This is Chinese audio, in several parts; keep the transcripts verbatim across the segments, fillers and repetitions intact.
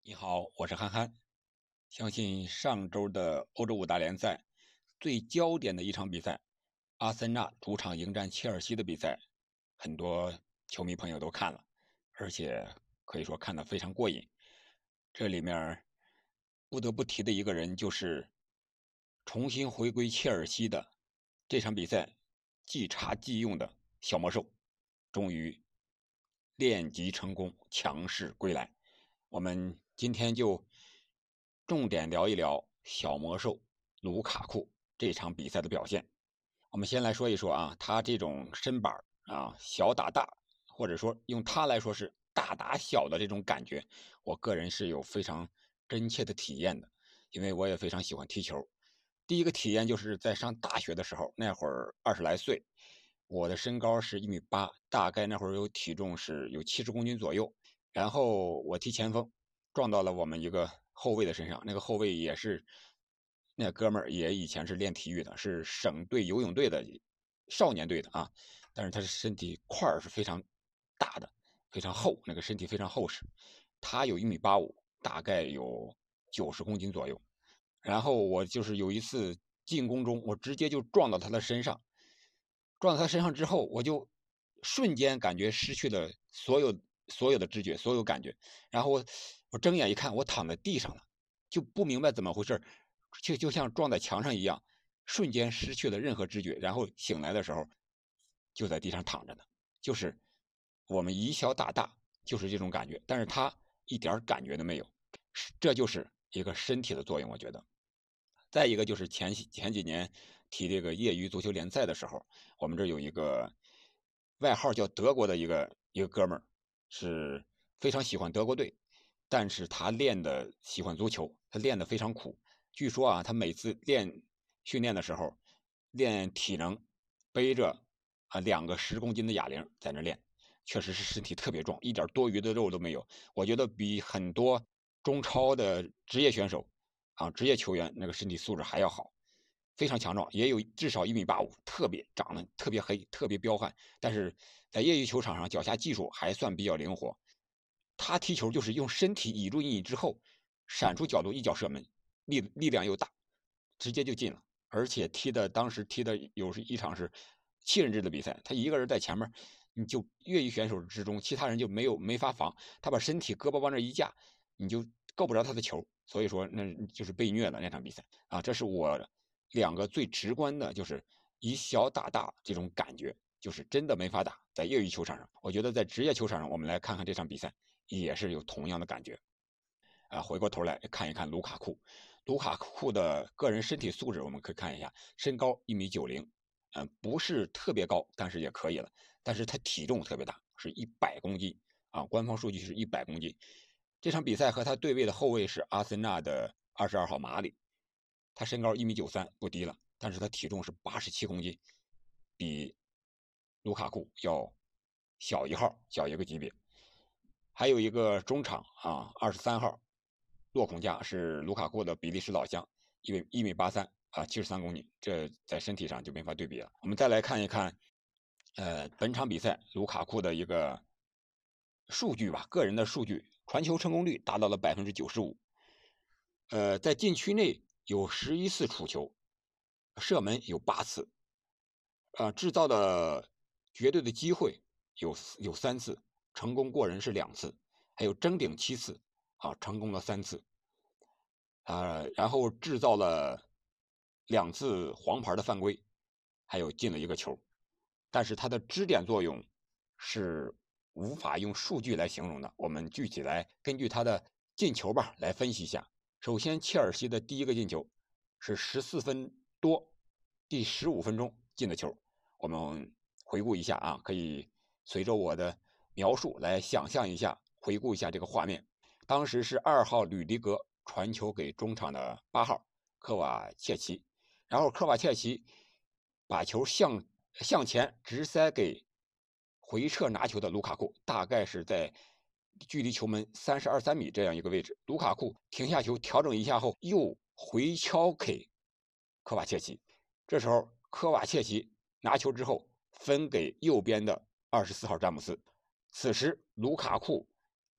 你好，我是憨憨。相信上周的欧洲五大联赛最焦点的一场比赛，阿森纳主场迎战切尔西的比赛，很多球迷朋友都看了，而且可以说看得非常过瘾。这里面不得不提的一个人就是重新回归切尔西的这场比赛即插即用的小魔兽，终于练级成功，强势归来。我们今天就重点聊一聊小魔兽卢卡库这场比赛的表现。我们先来说一说啊，他这种身板啊，小打大，或者说用他来说是大打小的这种感觉，我个人是有非常真切的体验的，因为我也非常喜欢踢球。第一个体验就是在上大学的时候，那会儿二十来岁，我的身高是一米八，大概那会儿有体重是有七十公斤左右。然后我踢前锋，撞到了我们一个后卫的身上，那个后卫也是那哥们儿也以前是练体育的，是省队游泳队的少年队的啊，但是他的身体块儿是非常大的，非常厚，那个身体非常厚实。他有一米八五，大概有九十公斤左右。然后我就是有一次进攻中，我直接就撞到他的身上，撞到他身上之后，我就瞬间感觉失去了所有所有的知觉，所有感觉。然后我我睁眼一看，我躺在地上了，就不明白怎么回事，就就像撞在墙上一样，瞬间失去了任何知觉。然后醒来的时候，就在地上躺着呢，就是我们以小打大，就是这种感觉。但是他一点感觉都没有，这就是一个身体的作用，我觉得。再一个就是前前几年踢这个业余足球联赛的时候，我们这有一个外号叫德国的一个一个哥们儿，是非常喜欢德国队，但是他练的喜欢足球，他练的非常苦。据说啊，他每次练训练的时候，练体能，背着啊两个十公斤的哑铃在那练，确实是身体特别壮，一点多余的肉都没有。我觉得比很多中超的职业选手啊，职业球员那个身体素质还要好，非常强壮，也有至少一米八五，特别长得特别黑，特别彪悍。但是在业余球场上，脚下技术还算比较灵活。他踢球就是用身体倚住你之后，闪出角度一脚射门，力力量又大，直接就进了。而且踢的当时踢的有一场是七人制的比赛，他一个人在前面，你就业余选手之中，其他人就没有没法防，他把身体胳膊往那一架，你就够不着他的球。所以说那就是被虐的那场比赛啊，这是我两个最直观的，就是以小打大这种感觉，就是真的没法打。在业余球场上，我觉得在职业球场上，我们来看看这场比赛，也是有同样的感觉。啊，回过头来看一看卢卡库，卢卡库的个人身体素质，我们可以看一下，身高一米九零，嗯，不是特别高，但是也可以了。但是他体重特别大，是一百公斤啊，官方数据是一百公斤。这场比赛和他对位的后卫是阿森纳的二十二号马里，他身高一米九三，不低了，但是他体重是八十七公斤，比卢卡库要小一号，小一个级别。还有一个中场啊，二十三号洛孔加是卢卡库的比利时老乡，一米一米八三啊，七十三公斤，这在身体上就没法对比了。我们再来看一看，呃，本场比赛卢卡库的一个数据吧，个人的数据，传球成功率达到了百分之九十五，呃，在禁区内有十一次触球，射门有八次，呃，制造的绝对的机会有有三次，成功过人是两次，还有争顶七次，啊，成功了三次，啊，然后制造了两次黄牌的犯规，还有进了一个球，但是它的支点作用是无法用数据来形容的。我们具体来根据他的进球吧来分析一下。首先，切尔西的第一个进球是十四分多，第十五分钟进的球。我们回顾一下啊，可以随着我的描述来想象一下，回顾一下这个画面。当时是二号吕迪格传球给中场的八号科瓦切奇，然后科瓦切奇把球向向前直塞给回撤拿球的卢卡库，大概是在距离球门三十二三米这样一个位置。卢卡库停下球，调整一下后，又回敲给科瓦切奇。这时候科瓦切奇拿球之后分给右边的二十四号詹姆斯。此时卢卡库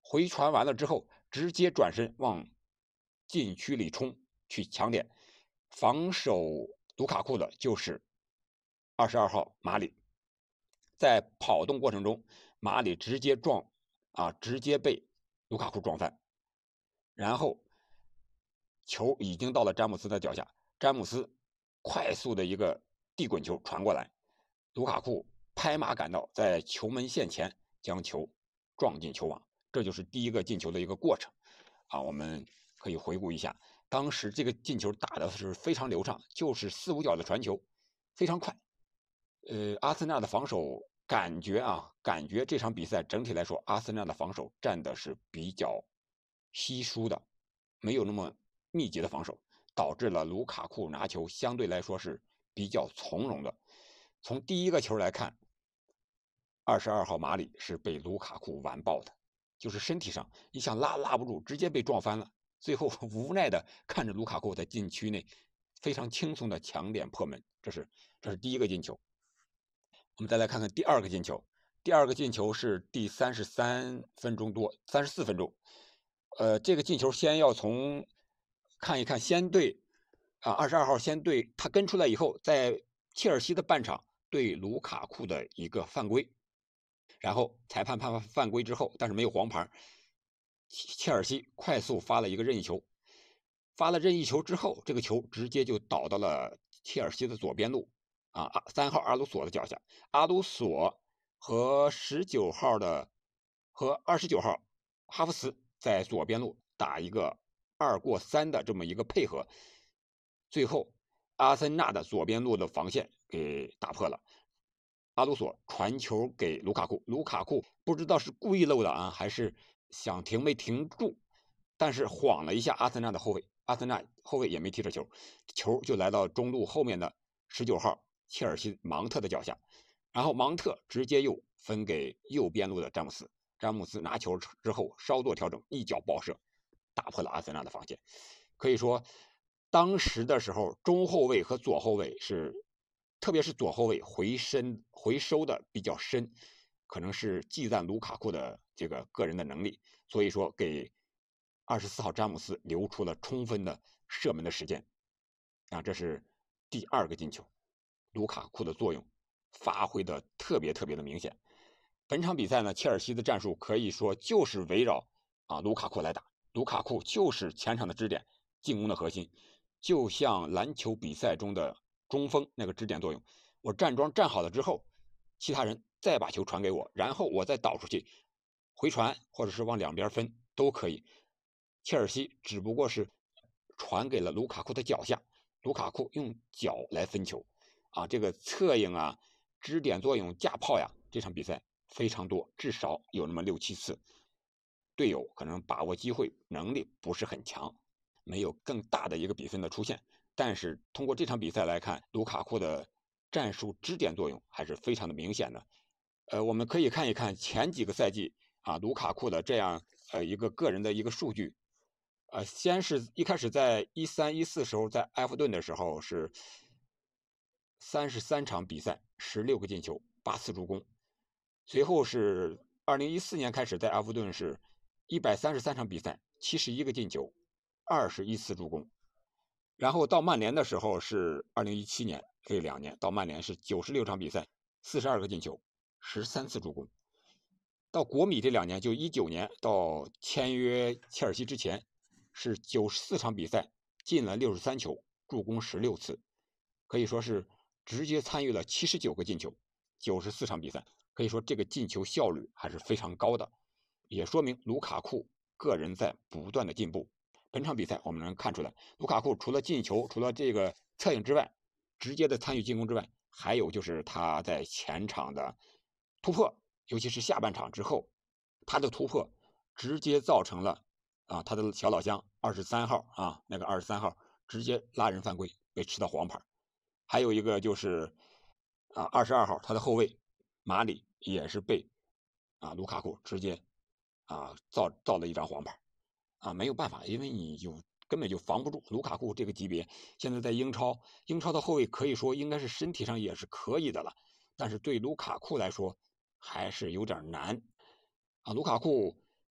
回传完了之后，直接转身往禁区里冲去抢点。防守卢卡库的就是二十二号马里，在跑动过程中，马里直接撞啊，直接被卢卡库撞翻，然后球已经到了詹姆斯的脚下，詹姆斯快速的一个地滚球传过来，卢卡库拍马赶到，在球门线前将球撞进球网，这就是第一个进球的一个过程啊。我们可以回顾一下，当时这个进球打的是非常流畅，就是四五脚的传球，非常快。呃，阿森纳的防守感觉啊，感觉这场比赛整体来说，阿森纳的防守站的是比较稀疏的，没有那么密集的防守，导致了卢卡库拿球相对来说是比较从容的。从第一个球来看，二十二号马里是被卢卡库完爆的，就是身体上你想拉拉不住，直接被撞翻了，最后无奈的看着卢卡库在禁区内非常轻松的抢点破门，这是这是第一个进球。我们再来看看第二个进球，第二个进球是第三十三分钟多，三十四分钟。呃，这个进球先要从看一看，先对啊，二十二号先对他跟出来以后，在切尔西的半场对卢卡库的一个犯规，然后裁判判犯规之后，但是没有黄牌，切尔西快速发了一个任意球，发了任意球之后，这个球直接就倒到了切尔西的左边路啊，三号阿鲁索的脚下，阿鲁索和十九号的和二十九号哈弗茨在左边路打一个二过三的这么一个配合，最后阿森纳的左边路的防线给打破了。阿鲁索传球给卢卡库，卢卡库不知道是故意漏的啊，还是想停没停住，但是晃了一下阿森纳的后卫，阿森纳后卫也没踢着球，球就来到中路后面的十九号切尔西芒特的脚下，然后芒特直接又分给右边路的詹姆斯，詹姆斯拿球之后稍作调整，一脚爆射，打破了阿森纳的防线。可以说，当时的时候，中后卫和左后卫是。特别是左后卫回身回收的比较深，可能是忌赞卢卡库的这个个人的能力，所以说给二十四号詹姆斯留出了充分的射门的时间啊，这是第二个进球，卢卡库的作用发挥的特别特别的明显。本场比赛呢，切尔西的战术可以说就是围绕啊卢卡库来打，卢卡库就是前场的支点，进攻的核心，就像篮球比赛中的中锋那个支点作用，我站桩站好了之后，其他人再把球传给我，然后我再导出去，回传或者是往两边分都可以。切尔西只不过是传给了卢卡库的脚下，卢卡库用脚来分球，啊，这个策应啊、支点作用、架炮呀，这场比赛非常多，至少有那么六七次，队友可能把握机会能力不是很强，没有更大的一个比分的出现。但是通过这场比赛来看，卢卡库的战术支点作用还是非常的明显的。呃，我们可以看一看前几个赛季啊，卢卡库的这样呃一个个人的一个数据。呃，先是一开始在一三一四时候，在埃弗顿的时候是三十三场比赛，十六个进球，八次助攻。随后是二零一四年开始在埃弗顿是一百三十三场比赛，七十一个进球，二十一次助攻。然后到曼联的时候是二零一七年，这两年到曼联是九十六场比赛，四十二个进球，十三次助攻。到国米这两年，就一九年到签约切尔西之前，是九十四场比赛，进了六十三球，助攻十六次，可以说是直接参与了七十九个进球，九十四场比赛，可以说这个进球效率还是非常高的，也说明卢卡库个人在不断的进步。本场比赛我们能看出来，卢卡库除了进球，除了这个策应之外，直接的参与进攻之外，还有就是他在前场的突破，尤其是下半场之后，他的突破直接造成了啊他的小老乡二十三号啊那个二十三号直接拉人犯规被吃到黄牌，还有一个就是啊二十二号他的后卫马里也是被啊卢卡库直接啊造造了一张黄牌。啊，没有办法，因为你就根本就防不住卢卡库这个级别。现在在英超，英超的后卫可以说应该是身体上也是可以的了，但是对卢卡库来说还是有点难啊。卢卡库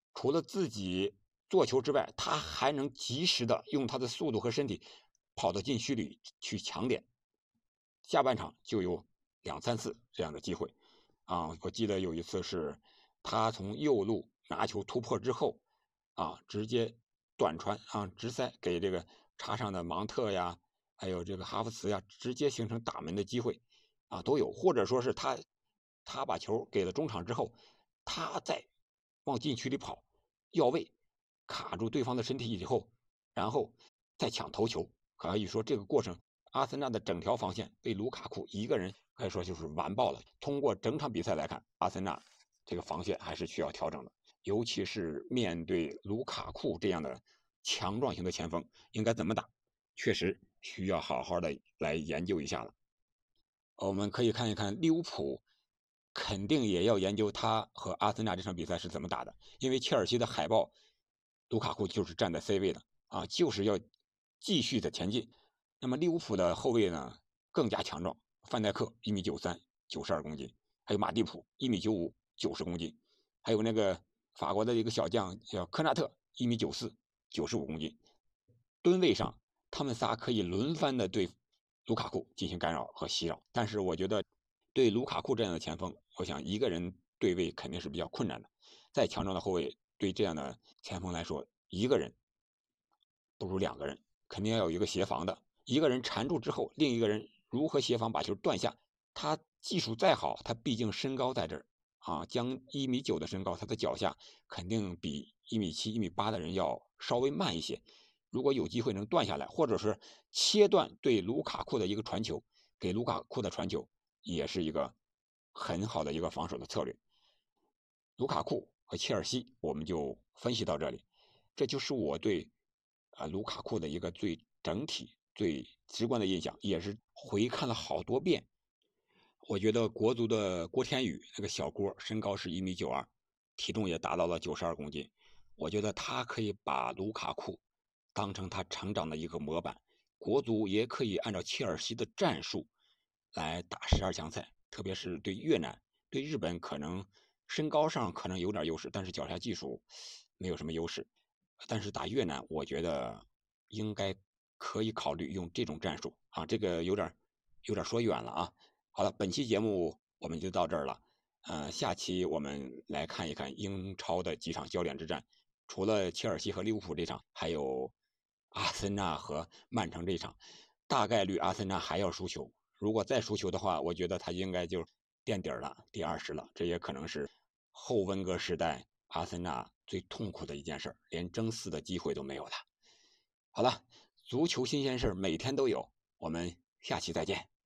除了自己做球之外，他还能及时的用他的速度和身体跑到禁区里去抢点。下半场就有两三次这样的机会啊，我记得有一次是他从右路拿球突破之后啊，直接短传啊直塞给这个插上的芒特呀，还有这个哈弗茨呀，直接形成打门的机会啊都有，或者说是他他把球给了中场之后，他再往禁区里跑要位，卡住对方的身体以后，然后再抢头球。可以说这个过程，阿森纳的整条防线被卢卡库一个人可以说就是完爆了。通过整场比赛来看，阿森纳这个防线还是需要调整的，尤其是面对卢卡库这样的强壮型的前锋，应该怎么打，确实需要好好的来研究一下了。我们可以看一看利物浦，肯定也要研究他和阿森纳这场比赛是怎么打的，因为切尔西的海报，卢卡库就是站在 C 位的啊，就是要继续的前进。那么利物浦的后卫呢更加强壮，范戴克一米九三，九十二公斤，还有马蒂普一米九五，九十公斤，还有那个法国的一个小将叫科纳特一米九四，九十五公斤。吨位上，他们仨可以轮番的对卢卡库进行干扰和袭扰，但是我觉得对卢卡库这样的前锋，我想一个人对位肯定是比较困难的。再强壮的后卫对这样的前锋来说，一个人不如两个人，肯定要有一个协防的。一个人缠住之后，另一个人如何协防把球断下？他技术再好，他毕竟身高在这儿啊，将一米九的身高，他的脚下肯定比一米七、一米八的人要稍微慢一些。如果有机会能断下来，或者是切断对卢卡库的一个传球，给卢卡库的传球，也是一个很好的一个防守的策略。卢卡库和切尔西，我们就分析到这里。这就是我对啊、呃、卢卡库的一个最整体、最直观的印象，也是回看了好多遍。我觉得国足的郭天宇那个小郭，身高是一米九二，体重也达到了九十二公斤。我觉得他可以把卢卡库当成他成长的一个模板。国足也可以按照切尔西的战术来打十二强赛，特别是对越南、对日本，可能身高上可能有点优势，但是脚下技术没有什么优势。但是打越南，我觉得应该可以考虑用这种战术啊。这个有点有点说远了啊。好了，本期节目我们就到这儿了。呃，下期我们来看一看英超的几场焦点之战，除了切尔西和利物浦这场，还有阿森纳和曼城这场。大概率阿森纳还要输球，如果再输球的话，我觉得他应该就垫底了，第二十了。这也可能是后温格时代阿森纳最痛苦的一件事，连争四的机会都没有了。好了，足球新鲜事每天都有，我们下期再见。